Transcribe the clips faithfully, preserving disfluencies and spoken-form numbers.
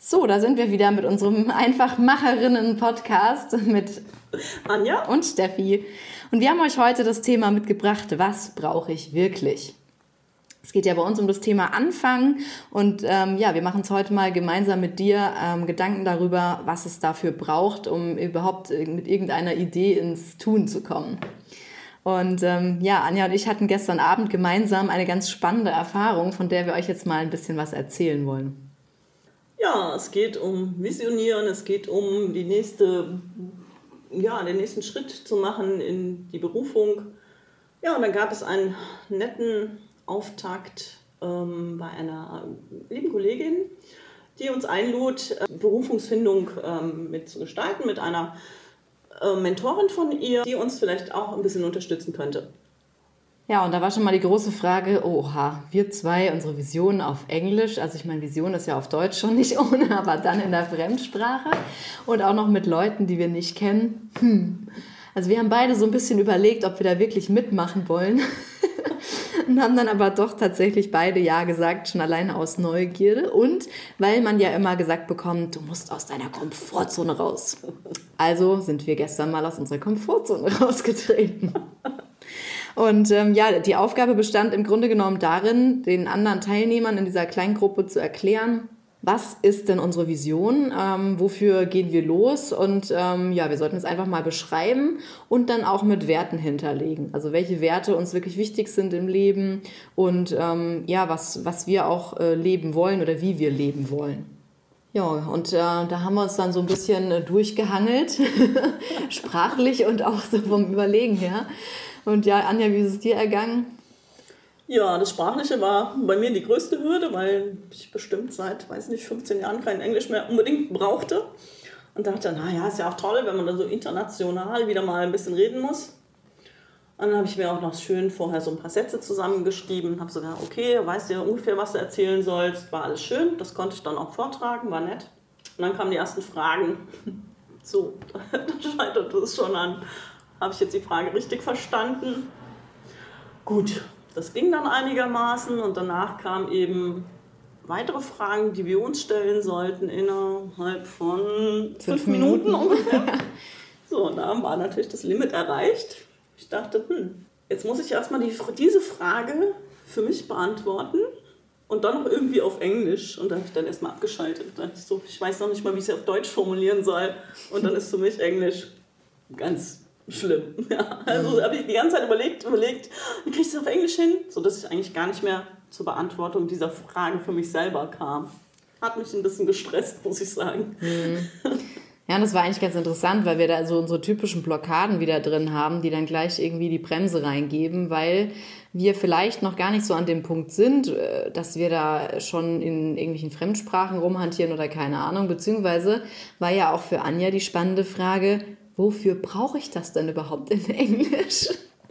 So, da sind wir wieder mit unserem Einfachmacherinnen-Podcast mit Anja und Steffi. Und wir haben euch heute das Thema mitgebracht, was brauche ich wirklich? Es geht ja bei uns um das Thema Anfangen und ähm, ja, wir machen es heute mal gemeinsam mit dir ähm, Gedanken darüber, was es dafür braucht, um überhaupt mit irgendeiner Idee ins Tun zu kommen. Und ähm, ja, Anja und ich hatten gestern Abend gemeinsam eine ganz spannende Erfahrung, von der wir euch jetzt mal ein bisschen was erzählen wollen. Ja, es geht um Visionieren, es geht um die nächste, ja, den nächsten Schritt zu machen in die Berufung. Ja, und dann gab es einen netten Auftakt ähm, bei einer lieben Kollegin, die uns einlud, äh, Berufungsfindung ähm, mitzugestalten mit einer äh, Mentorin von ihr, die uns vielleicht auch ein bisschen unterstützen könnte. Ja, und da war schon mal die große Frage, oha, wir zwei, unsere Vision auf Englisch, also ich meine, Vision ist ja auf Deutsch schon nicht ohne, aber dann in der Fremdsprache und auch noch mit Leuten, die wir nicht kennen. Hm. Also wir haben beide so ein bisschen überlegt, ob wir da wirklich mitmachen wollen und haben dann aber doch tatsächlich beide Ja gesagt, schon alleine aus Neugierde und weil man ja immer gesagt bekommt, du musst aus deiner Komfortzone raus. Also sind wir gestern mal aus unserer Komfortzone rausgetreten. Und ähm, ja, die Aufgabe bestand im Grunde genommen darin, den anderen Teilnehmern in dieser Kleingruppe zu erklären, was ist denn unsere Vision, ähm, wofür gehen wir los und ähm, ja, wir sollten es einfach mal beschreiben und dann auch mit Werten hinterlegen. Also welche Werte uns wirklich wichtig sind im Leben und ähm, ja, was, was wir auch äh, leben wollen oder wie wir leben wollen. Ja, und äh, da haben wir uns dann so ein bisschen äh, durchgehangelt, sprachlich und auch so vom Überlegen her. Und ja, Anja, wie ist es dir ergangen? Ja, das Sprachliche war bei mir die größte Hürde, weil ich bestimmt seit, weiß nicht, fünfzehn Jahren kein Englisch mehr unbedingt brauchte. Und dachte, naja, ist ja auch toll, wenn man da so international wieder mal ein bisschen reden muss. Und dann habe ich mir auch noch schön vorher so ein paar Sätze zusammengeschrieben. Habe so gedacht, okay, weißt du ja ungefähr, was du erzählen sollst. War alles schön, das konnte ich dann auch vortragen, war nett. Und dann kamen die ersten Fragen. So, da scheiterte es schon an. Habe ich jetzt die Frage richtig verstanden? Gut, das ging dann einigermaßen und danach kamen eben weitere Fragen, die wir uns stellen sollten innerhalb von fünf, fünf Minuten, Minuten ungefähr. So, und da war natürlich das Limit erreicht. Ich dachte, hm, jetzt muss ich erstmal die, diese Frage für mich beantworten und dann noch irgendwie auf Englisch. Und da habe ich dann erstmal abgeschaltet. Da dachte ich so, ich weiß noch nicht mal, wie ich es auf Deutsch formulieren soll. Und dann ist für mich Englisch ganz schlimm. Ja, also habe ich die ganze Zeit überlegt, überlegt, wie kriege ich das auf Englisch hin, sodass ich eigentlich gar nicht mehr zur Beantwortung dieser Fragen für mich selber kam. Hat mich ein bisschen gestresst, muss ich sagen. Mhm. Ja, und das war eigentlich ganz interessant, weil wir da so unsere typischen Blockaden wieder drin haben, die dann gleich irgendwie die Bremse reingeben, weil wir vielleicht noch gar nicht so an dem Punkt sind, dass wir da schon in irgendwelchen Fremdsprachen rumhantieren oder keine Ahnung, beziehungsweise war ja auch für Anja die spannende Frage, wofür brauche ich das denn überhaupt in Englisch?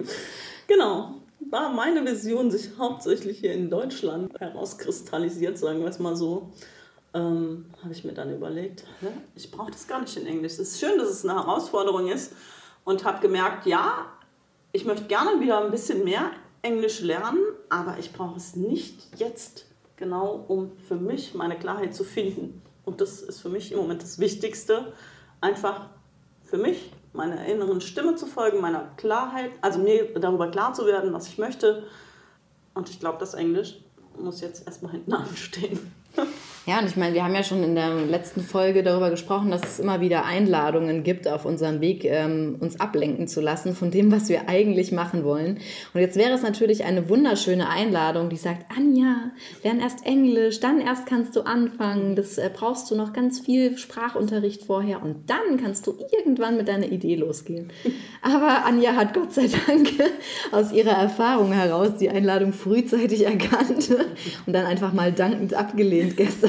Genau, da meine Vision sich hauptsächlich hier in Deutschland herauskristallisiert, sagen wir es mal so, ähm, habe ich mir dann überlegt, ne, ich brauche das gar nicht in Englisch. Es ist schön, dass es eine Herausforderung ist und habe gemerkt, ja, ich möchte gerne wieder ein bisschen mehr Englisch lernen, aber ich brauche es nicht jetzt genau, um für mich meine Klarheit zu finden. Und das ist für mich im Moment das Wichtigste, einfach für mich, meiner inneren Stimme zu folgen, meiner Klarheit, also mir darüber klar zu werden, was ich möchte. Und ich glaube, das Englisch muss jetzt erstmal hinten anstehen. Ja, und ich meine, wir haben ja schon in der letzten Folge darüber gesprochen, dass es immer wieder Einladungen gibt auf unserem Weg, ähm, uns ablenken zu lassen von dem, was wir eigentlich machen wollen. Und jetzt wäre es natürlich eine wunderschöne Einladung, die sagt, Anja, lern erst Englisch, dann erst kannst du anfangen, das äh, brauchst du noch ganz viel Sprachunterricht vorher und dann kannst du irgendwann mit deiner Idee losgehen. Aber Anja hat Gott sei Dank aus ihrer Erfahrung heraus die Einladung frühzeitig erkannt und dann einfach mal dankend abgelehnt gestern.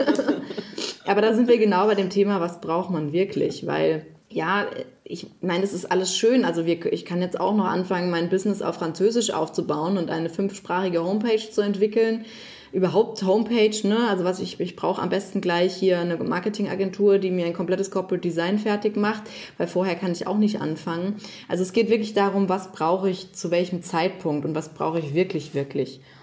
Aber da sind wir genau bei dem Thema, was braucht man wirklich, weil ja, ich meine, es ist alles schön, also wir, ich kann jetzt auch noch anfangen, mein Business auf Französisch aufzubauen und eine fünfsprachige Homepage zu entwickeln, überhaupt Homepage, ne, also was ich, ich brauche am besten gleich hier eine Marketingagentur, die mir ein komplettes Corporate Design fertig macht, weil vorher kann ich auch nicht anfangen. Also es geht wirklich darum, was brauche ich zu welchem Zeitpunkt und was brauche ich wirklich, wirklich.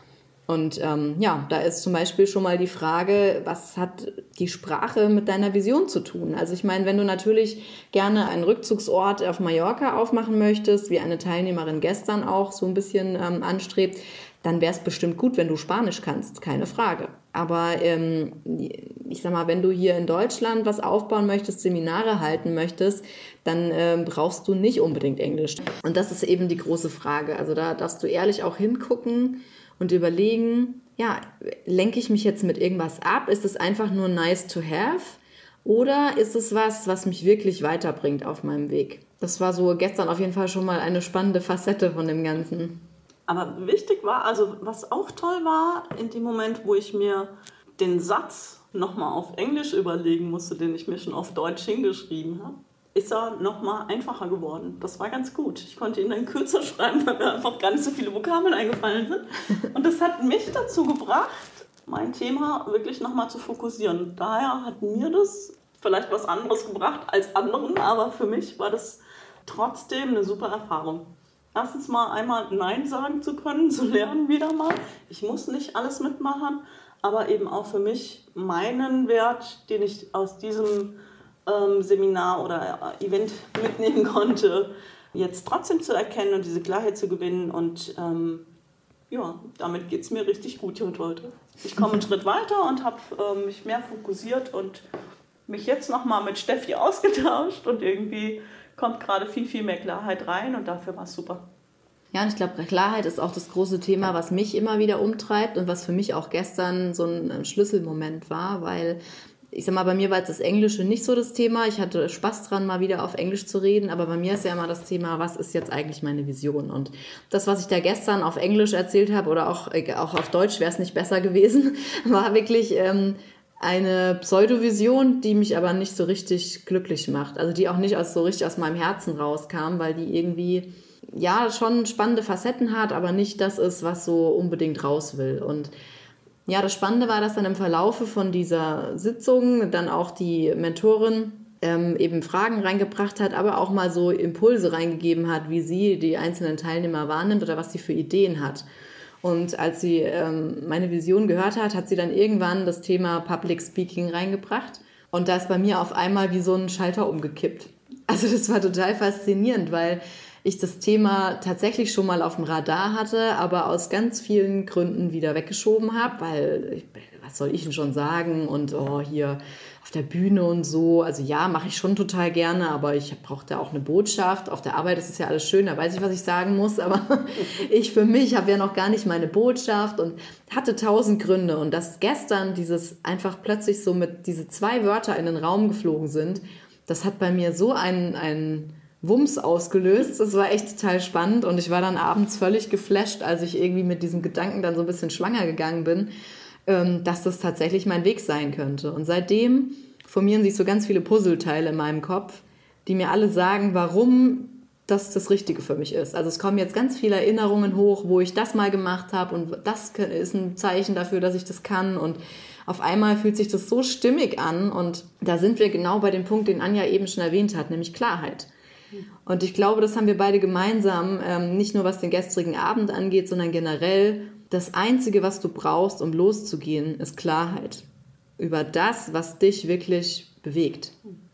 Und ähm, ja, da ist zum Beispiel schon mal die Frage, was hat die Sprache mit deiner Vision zu tun? Also ich meine, wenn du natürlich gerne einen Rückzugsort auf Mallorca aufmachen möchtest, wie eine Teilnehmerin gestern auch so ein bisschen ähm, anstrebt, dann wäre es bestimmt gut, wenn du Spanisch kannst, keine Frage. Aber ähm, ich sag mal, wenn du hier in Deutschland was aufbauen möchtest, Seminare halten möchtest, dann ähm, brauchst du nicht unbedingt Englisch. Und das ist eben die große Frage. Also da darfst du ehrlich auch hingucken und überlegen, ja, lenke ich mich jetzt mit irgendwas ab? Ist es einfach nur nice to have? Oder ist es was, was mich wirklich weiterbringt auf meinem Weg? Das war so gestern auf jeden Fall schon mal eine spannende Facette von dem Ganzen. Aber wichtig war, also was auch toll war, in dem Moment, wo ich mir den Satz nochmal auf Englisch überlegen musste, den ich mir schon auf Deutsch hingeschrieben habe, ist er nochmal einfacher geworden. Das war ganz gut. Ich konnte ihn dann kürzer schreiben, weil mir einfach gar nicht so viele Vokabeln eingefallen sind. Und das hat mich dazu gebracht, mein Thema wirklich nochmal zu fokussieren. Daher hat mir das vielleicht was anderes gebracht als anderen, aber für mich war das trotzdem eine super Erfahrung. Erstens mal einmal Nein sagen zu können, zu lernen wieder mal. Ich muss nicht alles mitmachen, aber eben auch für mich meinen Wert, den ich aus diesem ähm, Seminar oder Event mitnehmen konnte, jetzt trotzdem zu erkennen und diese Klarheit zu gewinnen. Und ähm, ja, damit geht es mir richtig gut hier und heute. Ich komme einen Schritt weiter und habe ähm, mich mehr fokussiert und mich jetzt nochmal mit Steffi ausgetauscht und irgendwie kommt gerade viel, viel mehr Klarheit rein und dafür war es super. Ja, und ich glaube, Klarheit ist auch das große Thema, was mich immer wieder umtreibt und was für mich auch gestern so ein Schlüsselmoment war, weil ich sag mal, bei mir war jetzt das Englische nicht so das Thema. Ich hatte Spaß dran, mal wieder auf Englisch zu reden, aber bei mir ist ja immer das Thema, was ist jetzt eigentlich meine Vision? Und das, was ich da gestern auf Englisch erzählt habe oder auch, auch auf Deutsch wäre es nicht besser gewesen, war wirklich ähm, eine Pseudovision, die mich aber nicht so richtig glücklich macht. Also die auch nicht aus, so richtig aus meinem Herzen rauskam, weil die irgendwie ja schon spannende Facetten hat, aber nicht das ist, was so unbedingt raus will. Und ja, das Spannende war, dass dann im Verlaufe von dieser Sitzung dann auch die Mentorin ähm, eben Fragen reingebracht hat, aber auch mal so Impulse reingegeben hat, wie sie die einzelnen Teilnehmer wahrnimmt oder was sie für Ideen hat. Und als sie ähm, meine Vision gehört hat, hat sie dann irgendwann das Thema Public Speaking reingebracht. Und da ist bei mir auf einmal wie so ein Schalter umgekippt. Also das war total faszinierend, weil ich das Thema tatsächlich schon mal auf dem Radar hatte, aber aus ganz vielen Gründen wieder weggeschoben habe, weil, ich, was soll ich denn schon sagen? Und oh, hier auf der Bühne und so, also ja, mache ich schon total gerne, aber ich brauche da auch eine Botschaft. Auf der Arbeit ist es ja alles schön, da weiß ich, was ich sagen muss, aber ich für mich habe ja noch gar nicht meine Botschaft und hatte tausend Gründe. Und dass gestern dieses einfach plötzlich so mit diese zwei Wörter in den Raum geflogen sind, das hat bei mir so einen, einen Wumms ausgelöst. Das war echt total spannend und ich war dann abends völlig geflasht, als ich irgendwie mit diesen Gedanken dann so ein bisschen schwanger gegangen bin, dass das tatsächlich mein Weg sein könnte. Und seitdem formieren sich so ganz viele Puzzleteile in meinem Kopf, die mir alle sagen, warum das das Richtige für mich ist. Also es kommen jetzt ganz viele Erinnerungen hoch, wo ich das mal gemacht habe und das ist ein Zeichen dafür, dass ich das kann und auf einmal fühlt sich das so stimmig an und da sind wir genau bei dem Punkt, den Anja eben schon erwähnt hat, nämlich Klarheit. Und ich glaube, das haben wir beide gemeinsam, ähm, nicht nur was den gestrigen Abend angeht, sondern generell. Das Einzige, was du brauchst, um loszugehen, ist Klarheit über das, was dich wirklich bewegt.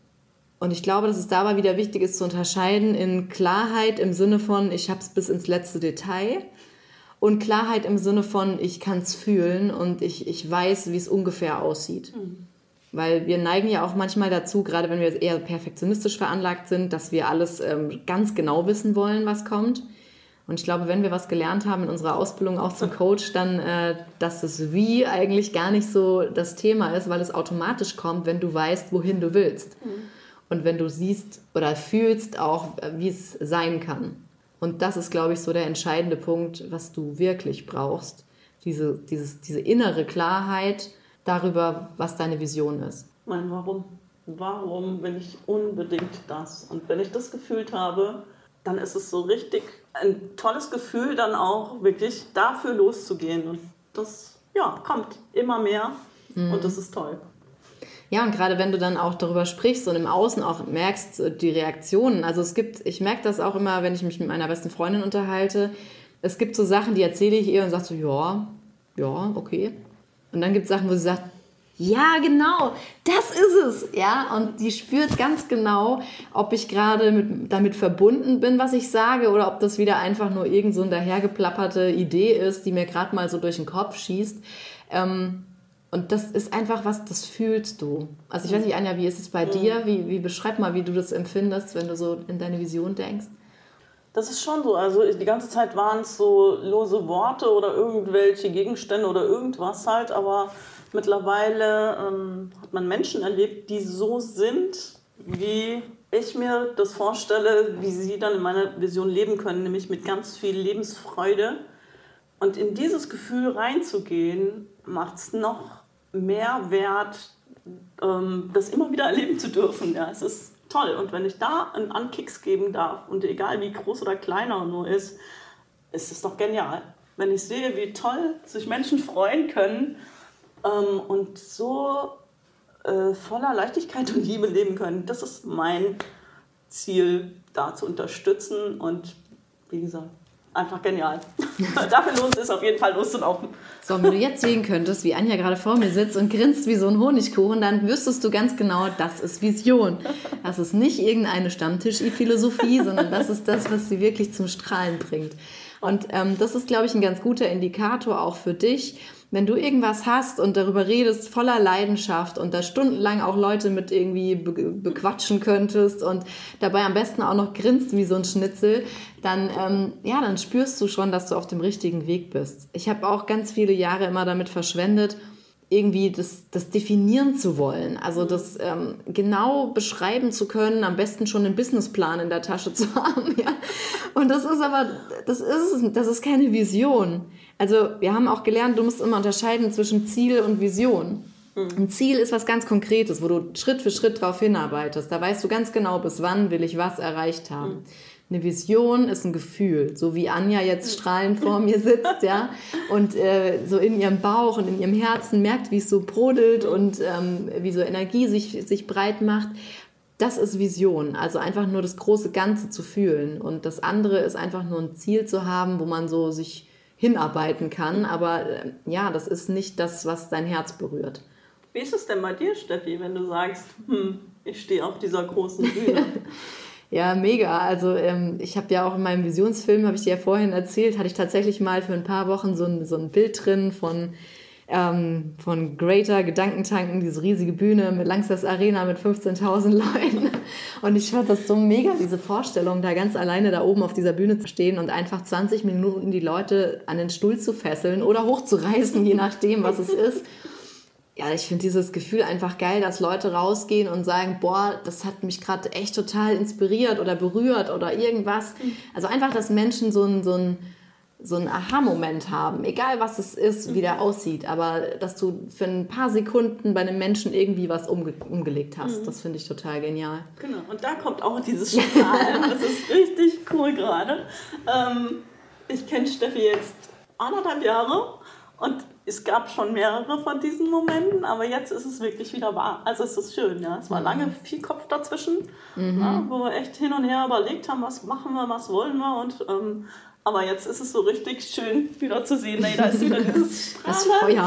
Und ich glaube, dass es dabei wieder wichtig ist zu unterscheiden in Klarheit im Sinne von, ich habe es bis ins letzte Detail und Klarheit im Sinne von, ich kann es fühlen und ich, ich weiß, wie es ungefähr aussieht. Mhm. Weil wir neigen ja auch manchmal dazu, gerade wenn wir eher perfektionistisch veranlagt sind, dass wir alles ähm, ganz genau wissen wollen, was kommt. Und ich glaube, wenn wir was gelernt haben in unserer Ausbildung auch zum Coach, dann, äh, dass das Wie eigentlich gar nicht so das Thema ist, weil es automatisch kommt, wenn du weißt, wohin du willst. Mhm. Und wenn du siehst oder fühlst auch, wie es sein kann. Und das ist, glaube ich, so der entscheidende Punkt, was du wirklich brauchst. Diese, dieses, diese innere Klarheit darüber, was deine Vision ist. Mein Warum? Warum will ich unbedingt das? Und wenn ich das gefühlt habe, dann ist es so richtig ein tolles Gefühl, dann auch wirklich dafür loszugehen. Und das ja, kommt immer mehr mhm. und das ist toll. Ja, und gerade wenn du dann auch darüber sprichst und im Außen auch merkst, die Reaktionen. Also es gibt, ich merke das auch immer, wenn ich mich mit meiner besten Freundin unterhalte, es gibt so Sachen, die erzähle ich ihr und sage so, ja, ja, okay. Und dann gibt es Sachen, wo sie sagt, ja, genau, das ist es. Ja, und die spürt ganz genau, ob ich gerade mit, damit verbunden bin, was ich sage, oder ob das wieder einfach nur irgend so eine dahergeplapperte Idee ist, die mir gerade mal so durch den Kopf schießt. Ähm, und das ist einfach was, das fühlst du. Also ich weiß nicht, Anja, wie ist es bei mhm. dir? Wie, wie beschreib mal, wie du das empfindest, wenn du so in deine Vision denkst. Das ist schon so. Also die ganze Zeit waren es so lose Worte oder irgendwelche Gegenstände oder irgendwas halt, aber mittlerweile ähm, hat man Menschen erlebt, die so sind, wie ich mir das vorstelle, wie sie dann in meiner Vision leben können, nämlich mit ganz viel Lebensfreude. Und in dieses Gefühl reinzugehen, macht es noch mehr wert, ähm, das immer wieder erleben zu dürfen. Ja, es ist toll. Und wenn ich da einen Ankicks geben darf, und egal wie groß oder klein er nur ist, ist es doch genial. Wenn ich sehe, wie toll sich Menschen freuen können, Ähm, und so äh, voller Leichtigkeit und Liebe leben können. Das ist mein Ziel, da zu unterstützen und wie gesagt, einfach genial. Dafür lohnt es auf jeden Fall loszulaufen. So, wenn du jetzt sehen könntest, wie Anja gerade vor mir sitzt und grinst wie so ein Honigkuchen, dann wüsstest du ganz genau, das ist Vision. Das ist nicht irgendeine Stammtisch-Philosophie, sondern das ist das, was sie wirklich zum Strahlen bringt. Und ähm, das ist, glaube ich, ein ganz guter Indikator auch für dich. Wenn du irgendwas hast und darüber redest, voller Leidenschaft und da stundenlang auch Leute mit irgendwie be- bequatschen könntest und dabei am besten auch noch grinst wie so ein Schnitzel, dann, ähm, ja, dann spürst du schon, dass du auf dem richtigen Weg bist. Ich habe auch ganz viele Jahre immer damit verschwendet, irgendwie das, das definieren zu wollen, also das ähm, genau beschreiben zu können, am besten schon einen Businessplan in der Tasche zu haben. Ja? Und das ist aber, das ist, das ist keine Vision. Also wir haben auch gelernt, du musst immer unterscheiden zwischen Ziel und Vision. Mhm. Ein Ziel ist was ganz Konkretes, wo du Schritt für Schritt drauf hinarbeitest. Da weißt du ganz genau, bis wann will ich was erreicht haben. Mhm. Eine Vision ist ein Gefühl, so wie Anja jetzt strahlend vor mir sitzt, ja, und äh, so in ihrem Bauch und in ihrem Herzen merkt, wie es so brodelt und ähm, wie so Energie sich, sich breit macht. Das ist Vision, also einfach nur das große Ganze zu fühlen. Und das andere ist einfach nur ein Ziel zu haben, wo man so sich hinarbeiten kann. Aber äh, ja, das ist nicht das, was dein Herz berührt. Wie ist es denn bei dir, Steffi, wenn du sagst, hm, ich stehe auf dieser großen Bühne? Ja, mega. Also ähm, ich habe ja auch in meinem Visionsfilm, habe ich dir ja vorhin erzählt, hatte ich tatsächlich mal für ein paar Wochen so ein, so ein Bild drin von, ähm, von Greater Gedankentanken, diese riesige Bühne mit Langsess Arena mit fünfzehntausend Leuten. Und ich fand das so mega, diese Vorstellung, da ganz alleine da oben auf dieser Bühne zu stehen und einfach zwanzig Minuten die Leute an den Stuhl zu fesseln oder hochzureißen, je nachdem, was es ist. Ja, ich finde dieses Gefühl einfach geil, dass Leute rausgehen und sagen, boah, das hat mich gerade echt total inspiriert oder berührt oder irgendwas. Also einfach, dass Menschen so einen so ein, so ein Aha-Moment haben, egal was es ist, wie der aussieht, aber dass du für ein paar Sekunden bei einem Menschen irgendwie was umge- umgelegt hast, mhm. Das finde ich total genial. Genau, und da kommt auch dieses Strahlen, das ist richtig cool gerade. Ähm, ich kenne Steffi jetzt anderthalb Jahre und es gab schon mehrere von diesen Momenten, aber jetzt ist es wirklich wieder wahr. Also es ist schön, ja. Es war lange viel Kopf dazwischen, mhm. ja, wo wir echt hin und her überlegt haben, was machen wir, was wollen wir. Und, ähm, aber jetzt ist es so richtig schön wieder zu sehen, nee, da ist wieder dieses Strahlen. Das Feuer.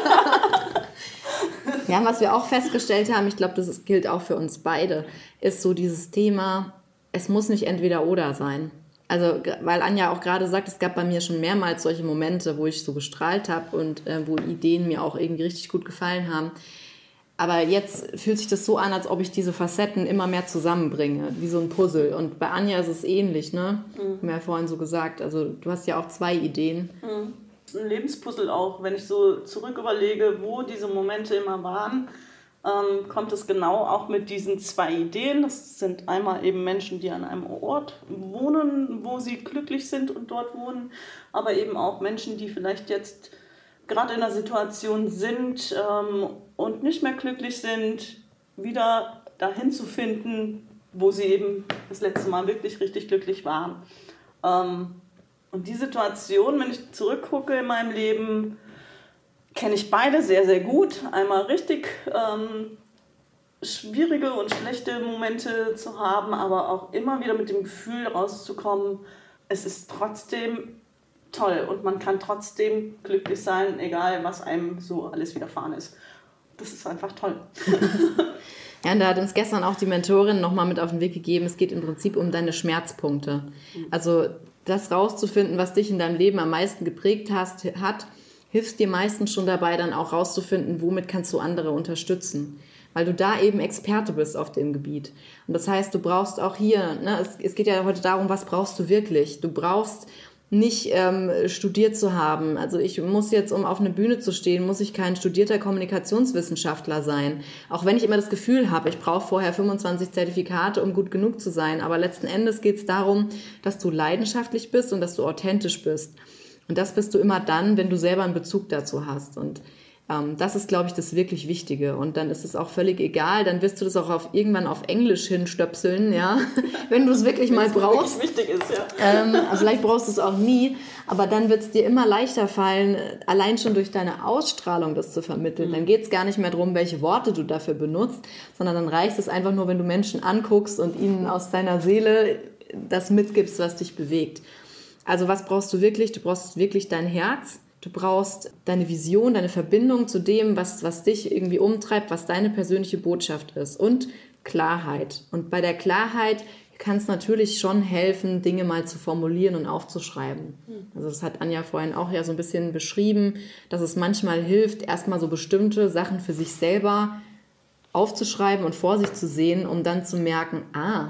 Ja, was wir auch festgestellt haben, ich glaube, das ist, gilt auch für uns beide, ist so dieses Thema, es muss nicht entweder oder sein. Also, weil Anja auch gerade sagt, es gab bei mir schon mehrmals solche Momente, wo ich so gestrahlt habe und äh, wo Ideen mir auch irgendwie richtig gut gefallen haben. Aber jetzt fühlt sich das so an, als ob ich diese Facetten immer mehr zusammenbringe, wie so ein Puzzle. Und bei Anja ist es ähnlich, ne? Mhm. Haben wir ja vorhin so gesagt. Also, du hast ja auch zwei Ideen. Mhm. Ein Lebenspuzzle auch, wenn ich so zurück überlege, wo diese Momente immer waren. Ähm, kommt es genau auch mit diesen zwei Ideen. Das sind einmal eben Menschen, die an einem Ort wohnen, wo sie glücklich sind und dort wohnen, aber eben auch Menschen, die vielleicht jetzt gerade in einer Situation sind ähm, und nicht mehr glücklich sind, wieder dahin zu finden, wo sie eben das letzte Mal wirklich richtig glücklich waren. Ähm, und die Situation, wenn ich zurückgucke in meinem Leben, kenne ich beide sehr, sehr gut. Einmal richtig ähm, schwierige und schlechte Momente zu haben, aber auch immer wieder mit dem Gefühl rauszukommen, es ist trotzdem toll. Und man kann trotzdem glücklich sein, egal was einem so alles widerfahren ist. Das ist einfach toll. Ja, und da hat uns gestern auch die Mentorin nochmal mit auf den Weg gegeben, es geht im Prinzip um deine Schmerzpunkte. Also das rauszufinden, was dich in deinem Leben am meisten geprägt hast, hat, hilft dir meistens schon dabei, dann auch rauszufinden, womit kannst du andere unterstützen. Weil du da eben Experte bist auf dem Gebiet. Und das heißt, du brauchst auch hier, ne, es, es geht ja heute darum, was brauchst du wirklich? Du brauchst nicht ähm, studiert zu haben. Also ich muss jetzt, um auf eine Bühne zu stehen, muss ich kein studierter Kommunikationswissenschaftler sein. Auch wenn ich immer das Gefühl habe, ich brauche vorher fünfundzwanzig Zertifikate, um gut genug zu sein. Aber letzten Endes geht es darum, dass du leidenschaftlich bist und dass du authentisch bist. Und das bist du immer dann, wenn du selber einen Bezug dazu hast. Und ähm, das ist, glaube ich, das wirklich Wichtige. Und dann ist es auch völlig egal. Dann wirst du das auch auf, irgendwann auf Englisch hinstöpseln, ja, wenn du es wirklich mal brauchst. Wirklich wichtig ist, ja. Ähm, also vielleicht brauchst du es auch nie, aber dann wird es dir immer leichter fallen, allein schon durch deine Ausstrahlung das zu vermitteln. Dann geht es gar nicht mehr darum, welche Worte du dafür benutzt, sondern dann reicht es einfach nur, wenn du Menschen anguckst und ihnen aus deiner Seele das mitgibst, was dich bewegt. Also was brauchst du wirklich? Du brauchst wirklich dein Herz. Du brauchst deine Vision, deine Verbindung zu dem, was, was dich irgendwie umtreibt, was deine persönliche Botschaft ist. Und Klarheit. Und bei der Klarheit kann es natürlich schon helfen, Dinge mal zu formulieren und aufzuschreiben. Also das hat Anja vorhin auch ja so ein bisschen beschrieben, dass es manchmal hilft, erstmal so bestimmte Sachen für sich selber aufzuschreiben und vor sich zu sehen, um dann zu merken, ah,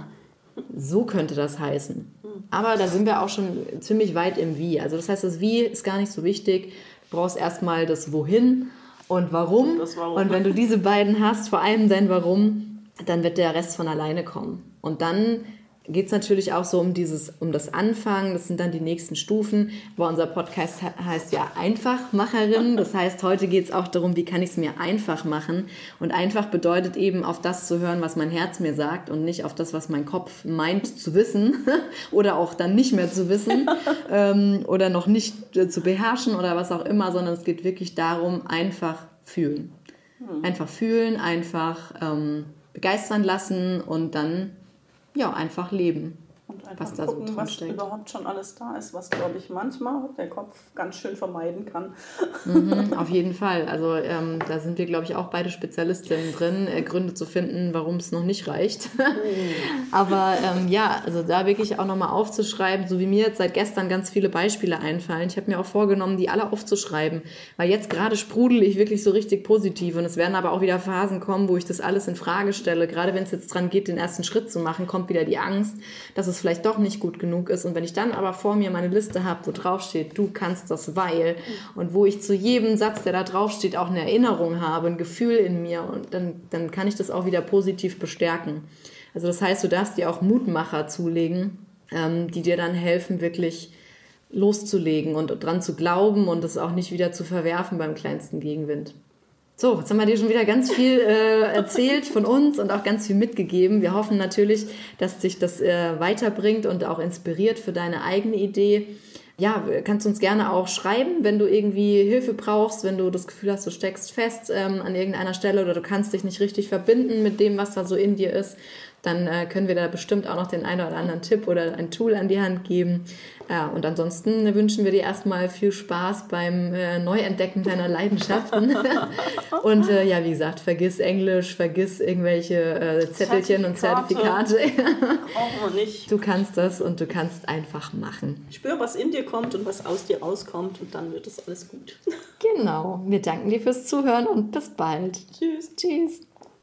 so könnte das heißen. Aber da sind wir auch schon ziemlich weit im Wie. Also das heißt, das Wie ist gar nicht so wichtig. Du brauchst erstmal das Wohin und Warum. Das Warum. Und wenn du diese beiden hast, vor allem dein Warum, dann wird der Rest von alleine kommen. Und dann geht es natürlich auch so um dieses, um das Anfangen. Das sind dann die nächsten Stufen. Aber unser Podcast heißt ja Einfachmacherin. Das heißt, heute geht es auch darum, wie kann ich es mir einfach machen. Und einfach bedeutet eben, auf das zu hören, was mein Herz mir sagt und nicht auf das, was mein Kopf meint zu wissen oder auch dann nicht mehr zu wissen ähm, oder noch nicht äh, zu beherrschen oder was auch immer, sondern es geht wirklich darum, einfach fühlen. Einfach fühlen, einfach ähm, begeistern lassen und dann ja, einfach leben. Und einfach was da gucken, so drin was steckt. überhaupt schon alles da ist, was, glaube ich, manchmal der Kopf ganz schön vermeiden kann. Mhm, auf jeden Fall. Also ähm, da sind wir, glaube ich, auch beide Spezialistinnen drin, äh, Gründe zu finden, warum es noch nicht reicht. Aber ähm, ja, also da wirklich auch nochmal aufzuschreiben, so wie mir jetzt seit gestern ganz viele Beispiele einfallen. Ich habe mir auch vorgenommen, die alle aufzuschreiben, weil jetzt gerade sprudel ich wirklich so richtig positiv und es werden aber auch wieder Phasen kommen, wo ich das alles in Frage stelle. Gerade wenn es jetzt dran geht, den ersten Schritt zu machen, kommt wieder die Angst, dass es vielleicht doch nicht gut genug ist. Und wenn ich dann aber vor mir meine Liste habe, wo drauf steht, du kannst das, weil, und wo ich zu jedem Satz, der da drauf steht, auch eine Erinnerung habe, ein Gefühl in mir, und dann, dann kann ich das auch wieder positiv bestärken. Also das heißt, du darfst dir auch Mutmacher zulegen, ähm, die dir dann helfen, wirklich loszulegen und dran zu glauben und das auch nicht wieder zu verwerfen beim kleinsten Gegenwind. So, jetzt haben wir dir schon wieder ganz viel äh, erzählt von uns und auch ganz viel mitgegeben. Wir hoffen natürlich, dass dich das äh, weiterbringt und auch inspiriert für deine eigene Idee. Ja, kannst uns gerne auch schreiben, wenn du irgendwie Hilfe brauchst, wenn du das Gefühl hast, du steckst fest ähm, an irgendeiner Stelle oder du kannst dich nicht richtig verbinden mit dem, was da so in dir ist. Dann äh, können wir da bestimmt auch noch den einen oder anderen Tipp oder ein Tool an die Hand geben. Ja, und ansonsten wünschen wir dir erstmal viel Spaß beim äh, Neuentdecken deiner Leidenschaften. Und äh, ja, wie gesagt, vergiss Englisch, vergiss irgendwelche äh, Zettelchen und Zertifikate. Brauchen wir nicht. Du kannst das und du kannst einfach machen. Spür, was in dir kommt und was aus dir rauskommt und dann wird es alles gut. Genau. Wir danken dir fürs Zuhören und bis bald. Tschüss. Tschüss.